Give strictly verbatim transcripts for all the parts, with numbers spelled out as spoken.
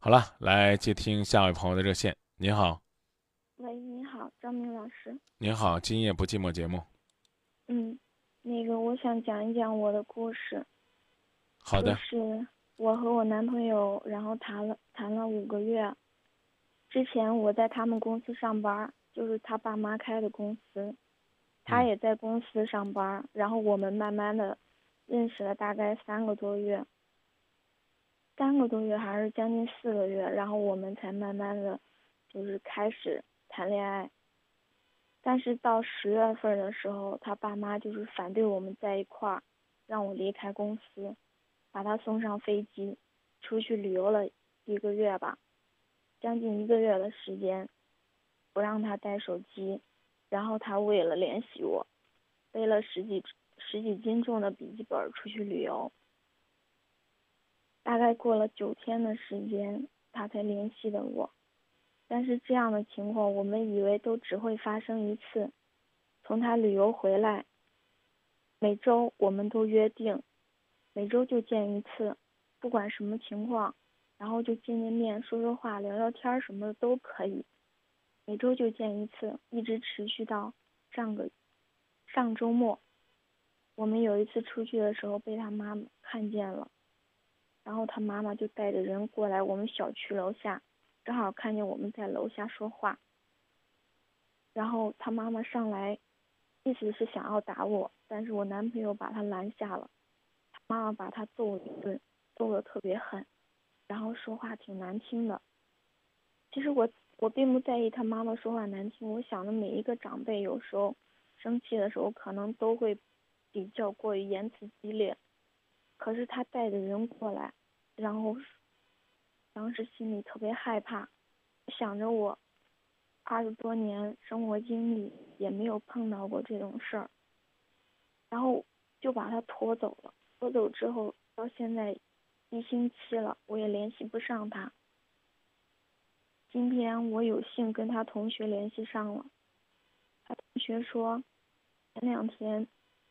好了，来接听下位朋友的热线。您好， 喂，你好，张明老师。 您好，今夜不寂寞节目。 嗯，那个我想讲一讲我的故事，就好的， 是我和我男朋友，然后谈了谈了五个月。之前我在他们公司上班，就是他爸妈开的公司，他嗯也在公司上班，然后我们慢慢的认识了大概三个多月，三个多月还是将近四个月，然后我们才慢慢的就是开始谈恋爱。但是到十月份的时候，他爸妈就是反对我们在一块儿，让我离开公司，把他送上飞机，出去旅游了一个月吧，将近一个月的时间，不让他带手机，然后他为了联系我，背了十几十几斤重的笔记本出去旅游，大概过了九天的时间，他才联系的我。但是这样的情况，我们以为都只会发生一次。从他旅游回来，每周我们都约定，每周就见一次，不管什么情况，然后就见见面，说说话，聊聊天什么的都可以。每周就见一次，一直持续到上个上周末。我们有一次出去的时候被他妈妈看见了，然后他妈妈就带着人过来我们小区楼下，正好看见我们在楼下说话，然后他妈妈上来，意思是想要打我，但是我男朋友把他拦下了。他妈妈把他揍了一顿，揍得特别狠，然后说话挺难听的。其实我我并不在意他妈妈说话难听，我想着每一个长辈有时候生气的时候可能都会比较过于言辞激烈。可是他带着人过来，然后当时心里特别害怕，想着我二十多年生活经历也没有碰到过这种事儿，然后就把他拖走了。拖走之后到现在一星期了，我也联系不上他。今天我有幸跟他同学联系上了，他同学说前两天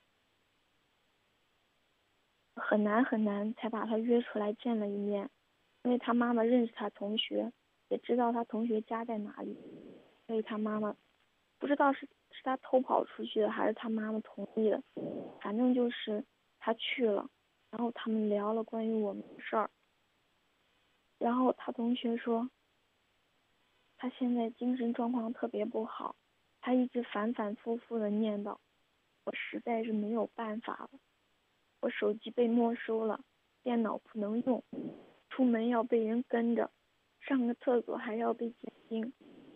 很难很难才把他约出来见了一面，因为他妈妈认识他同学，也知道他同学家在哪里，所以他妈妈不知道是是他偷跑出去的还是他妈妈同意的，反正就是他去了，然后他们聊了关于我们的事儿，然后他同学说他现在精神状况特别不好，他一直反反复复的念叨，我实在是没有办法了，我手机被没收了，电脑不能用，出门要被人跟着，上个厕所还要被监听，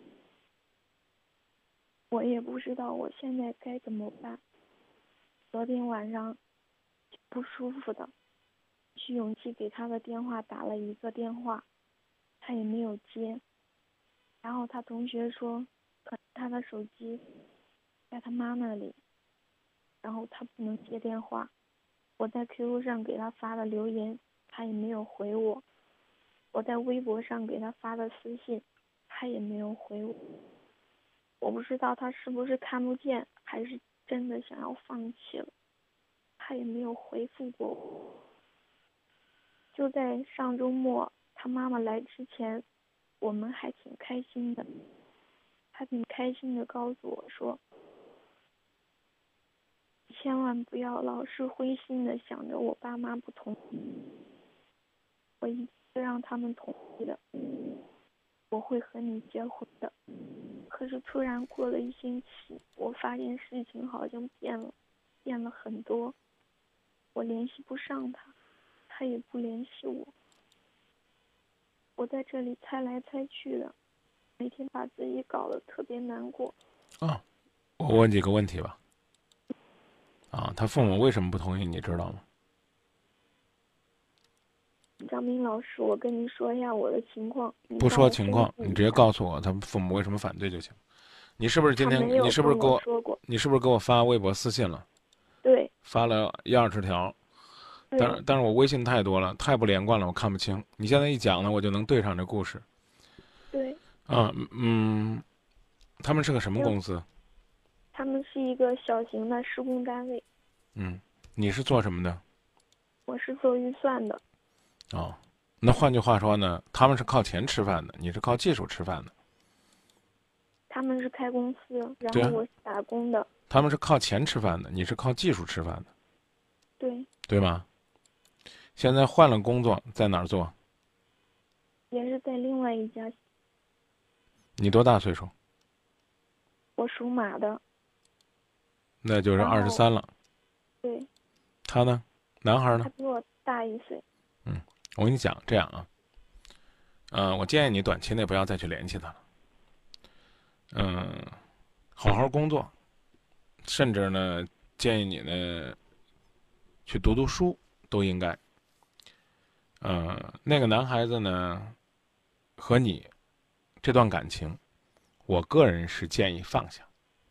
我也不知道我现在该怎么办。昨天晚上不舒服的，去勇气给他的电话打了一个电话，他也没有接。然后他同学说，可能他的手机在他妈那里，然后他不能接电话。我在 Q Q 上给他发的留言，他也没有回我。我在微博上给他发的私信，他也没有回我。我不知道他是不是看不见，还是真的想要放弃了。他也没有回复过我。就在上周末，他妈妈来之前，我们还挺开心的。他挺开心的告诉我说，千万不要老是灰心的想着我爸妈不同意，我一定会让他们同意的，我会和你结婚的。可是突然过了一星期，我发现事情好像变了，变了很多。我联系不上他，他也不联系我。我在这里猜来猜去的，每天把自己搞得特别难过。 啊，我问几个问题吧。啊，他父母为什么不同意？你知道吗？ 张明老师，我跟你说一下我的情况，你不帮我分说情况，你直接析一下。 告诉我他父母为什么反对就行。你是不是今他天？你没有跟是不是给我？ 我说过。 你是不是给我发微博私信了？ 对发了一二十条，但对是但是我微信太多了，太不连贯了，我看不清。你现在一讲呢，我就能对上这故事。 对， 啊，嗯，他们是个什么因为公司？ 他们是一个小型的施工单位， 嗯，你是做什么的？ 我是做预算的。 哦， 那换句话说呢，他们是靠钱吃饭的，你是靠技术吃饭的。 他们是开公司，然对啊后我是打工的。 他们是靠钱吃饭的，你是靠技术吃饭的， 对， 对吗？现在换了工作，在哪儿做？ 也是在另外一家。 你多大岁数？ 我属马的。 那就是然后二十三了。 对， 他呢？男孩他呢？ 比我大一岁。 嗯，我跟你讲，这样啊，呃，我建议你短期内不要再去联系他了。嗯，好好工作，甚至呢，建议你呢去读读书，都应该。呃，那个男孩子呢，和你这段感情，我个人是建议放下。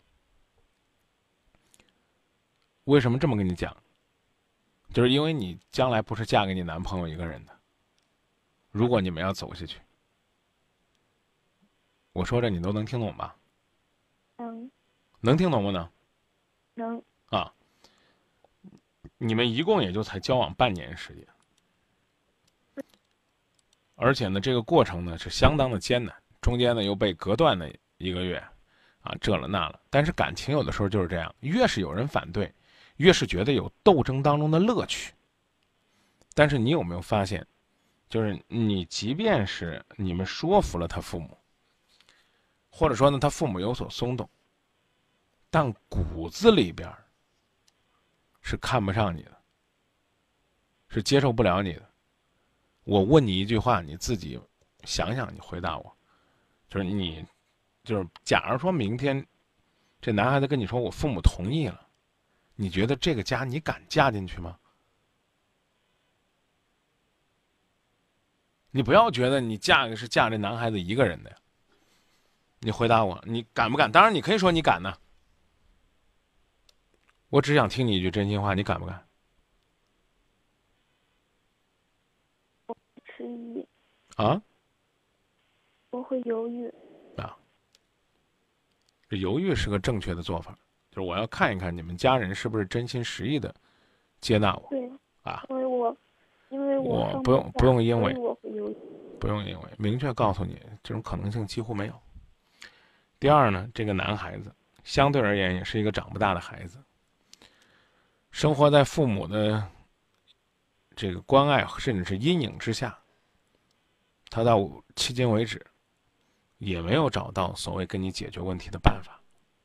为什么这么跟你讲？就是因为你将来不是嫁给你男朋友一个人的。如果你们要走下去，我说这你都能听懂吧？ 嗯， 能听懂不能？ 能。 啊，你们一共也就才交往半年时间，而且呢，这个过程呢是相当的艰难，中间呢又被隔断了一个月，啊，这了那了。但是感情有的时候就是这样，越是有人反对，越是觉得有斗争当中的乐趣。但是你有没有发现，就是你即便是你们说服了他父母，或者说呢他父母有所松动，但骨子里边是看不上你的，是接受不了你的。我问你一句话，你自己想想，你回答我，就是你，就是假如说明天这男孩子跟你说我父母同意了，你觉得这个家你敢嫁进去吗？你不要觉得你嫁是嫁这男孩子一个人的呀。你回答我，你敢不敢？当然你可以说你敢呢。我只想听你一句真心话，你敢不敢？ 迟疑。 啊？ 我会犹豫。 啊，这犹豫是个正确的做法，就是我要看一看你们家人是不是真心实意的接纳我。 对。 啊。 因为我，因为我放不用不用因为所以我会犹豫。 不用因为明确告诉你，这种可能性几乎没有。第二呢，这个男孩子相对而言也是一个长不大的孩子，生活在父母的这个关爱甚至是阴影之下，他到迄今为止也没有找到所谓跟你解决问题的办法。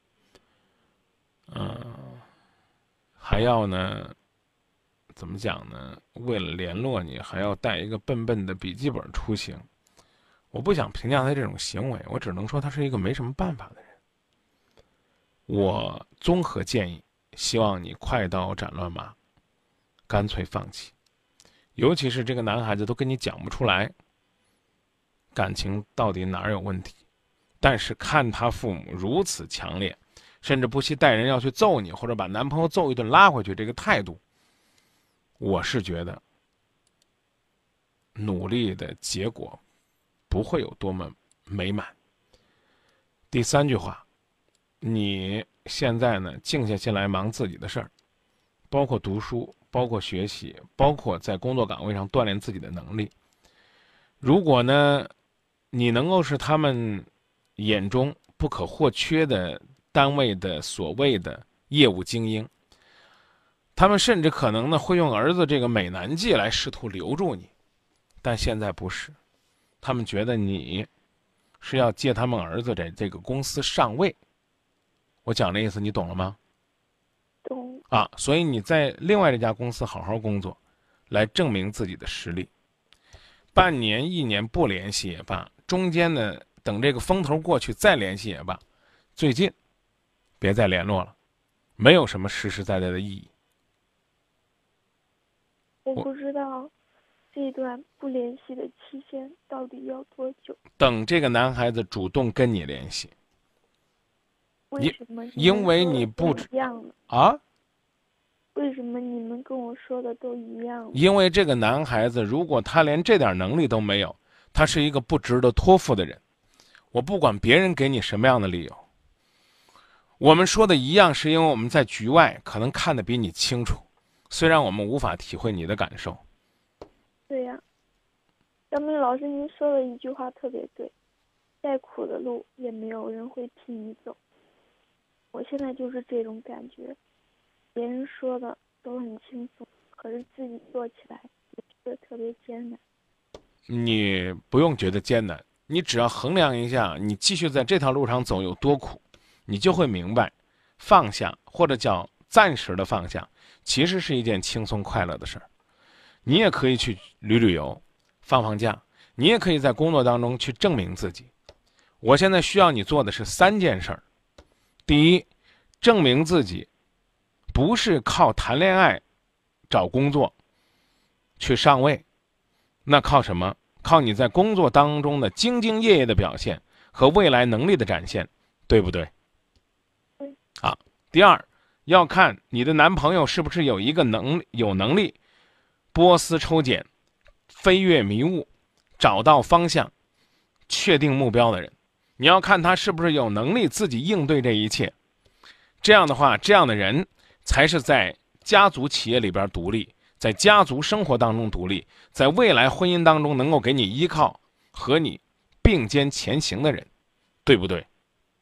嗯、呃，还要呢，怎么讲呢？为了联络你，还要带一个笨笨的笔记本出行。我不想评价他这种行为，我只能说他是一个没什么办法的人。我综合建议，希望你快刀斩乱麻，干脆放弃。尤其是这个男孩子都跟你讲不出来感情到底哪儿有问题，但是看他父母如此强烈，甚至不惜带人要去揍你，或者把男朋友揍一顿拉回去，这个态度，我是觉得努力的结果不会有多么美满。第三句话，你现在呢静下心来忙自己的事儿，包括读书，包括学习，包括在工作岗位上锻炼自己的能力。如果呢你能够是他们眼中不可或缺的单位的所谓的业务精英，他们甚至可能呢会用儿子这个美男计来试图留住你，但现在不是。他们觉得你是要借他们儿子在这个公司上位，我讲的意思你懂了吗？ 懂。 啊，所以你在另外这家公司好好工作，来证明自己的实力。半年一年不联系也罢，中间呢等这个风头过去再联系也罢，最近别再联络了，没有什么实实在在的意义。 我不知道这段不联系的期限到底要多久。 等这个男孩子主动跟你联系。 为什么？ 因为你不一样的啊？ 为什么你们跟我说的都一样？ 因为这个男孩子，如果他连这点能力都没有，他是一个不值得托付的人。我不管别人给你什么样的理由，我们说的一样，是因为我们在局外可能看得比你清楚，虽然我们无法体会你的感受。 对呀。 张明老师，您说的一句话特别对，再苦的路也没有人会替你走。我现在就是这种感觉，别人说的都很轻松，可是自己做起来也觉得特别艰难。 你不用觉得艰难，你只要衡量一下你继续在这条路上走有多苦，你就会明白，放下或者叫暂时的放下，其实是一件轻松快乐的事儿。你也可以去旅旅游，放放假，你也可以在工作当中去证明自己。我现在需要你做的是三件事儿。第一，证明自己不是靠谈恋爱、找工作去上位，那靠什么？靠你在工作当中的兢兢业业的表现和未来能力的展现，对不对？ 对。 好，第二，要看你的男朋友是不是有一个能有能力波斯抽茧、飞跃迷雾、找到方向、确定目标的人。你要看他是不是有能力自己应对这一切。这样的话，这样的人才是在家族企业里边独立，在家族生活当中独立，在未来婚姻当中能够给你依靠和你并肩前行的人，对不对？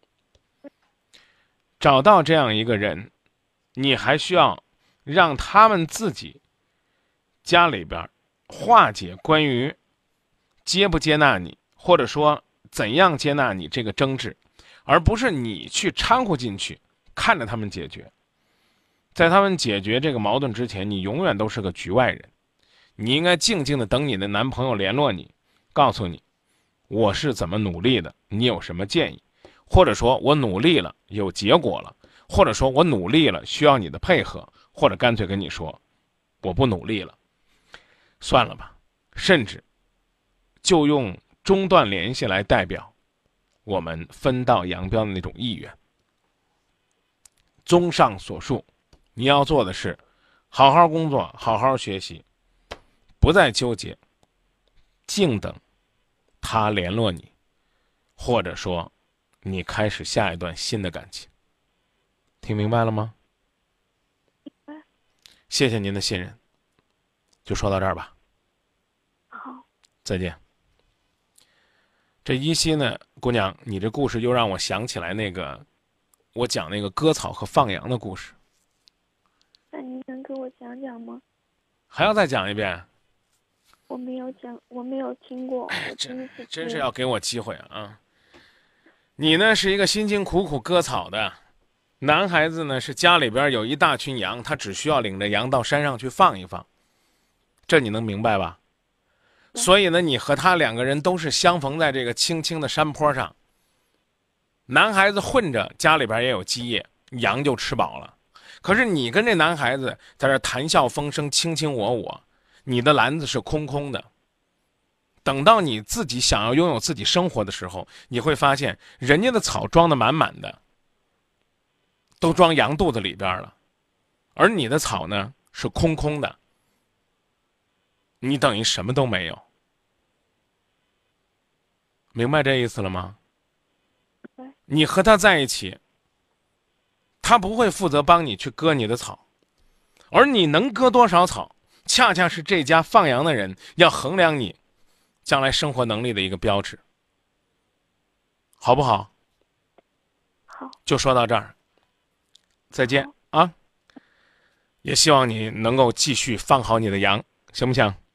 找到这样一个人，你还需要让他们自己家里边化解关于接不接纳你，或者说怎样接纳你这个争执，而不是你去掺和进去，看着他们解决。在他们解决这个矛盾之前，你永远都是个局外人。你应该静静的等你的男朋友联络你，告诉你我是怎么努力的，你有什么建议，或者说我努力了有结果了，或者说我努力了需要你的配合，或者干脆跟你说我不努力了，算了吧，甚至就用中断联系来代表我们分道扬镳的那种意愿。综上所述，你要做的是好好工作，好好学习，不再纠结，静等他联络你，或者说你开始下一段新的感情。听明白了吗？ 明白。 谢谢您的信任，就说到这儿吧。 好， 再见。这依稀呢，姑娘，你这故事又让我想起来那个我讲那个割草和放羊的故事。 那您能给我讲讲吗？ 还要再讲一遍？ 我没有讲，我没有听过， 哎， 我第一次听。 真是要给我机会啊！你呢是一个辛辛苦苦割草的男孩子呢，是家里边有一大群羊，他只需要领着羊到山上去放一放，这你能明白吧？所以呢，你和他两个人都是相逢在这个青青的山坡上。男孩子混着家里边也有基业，羊就吃饱了。可是你跟这男孩子在这谈笑风生，卿卿我我，你的篮子是空空的。等到你自己想要拥有自己生活的时候，你会发现人家的草装得满满的，都装羊肚子里边了，而你的草呢是空空的，你等于什么都没有。明白这意思了吗？你和他在一起，他不会负责帮你去割你的草，而你能割多少草，恰恰是这家放羊的人要衡量你将来生活能力的一个标志，好不好？ 好， 就说到这儿，再见啊！也希望你能够继续放好你的羊，行不行？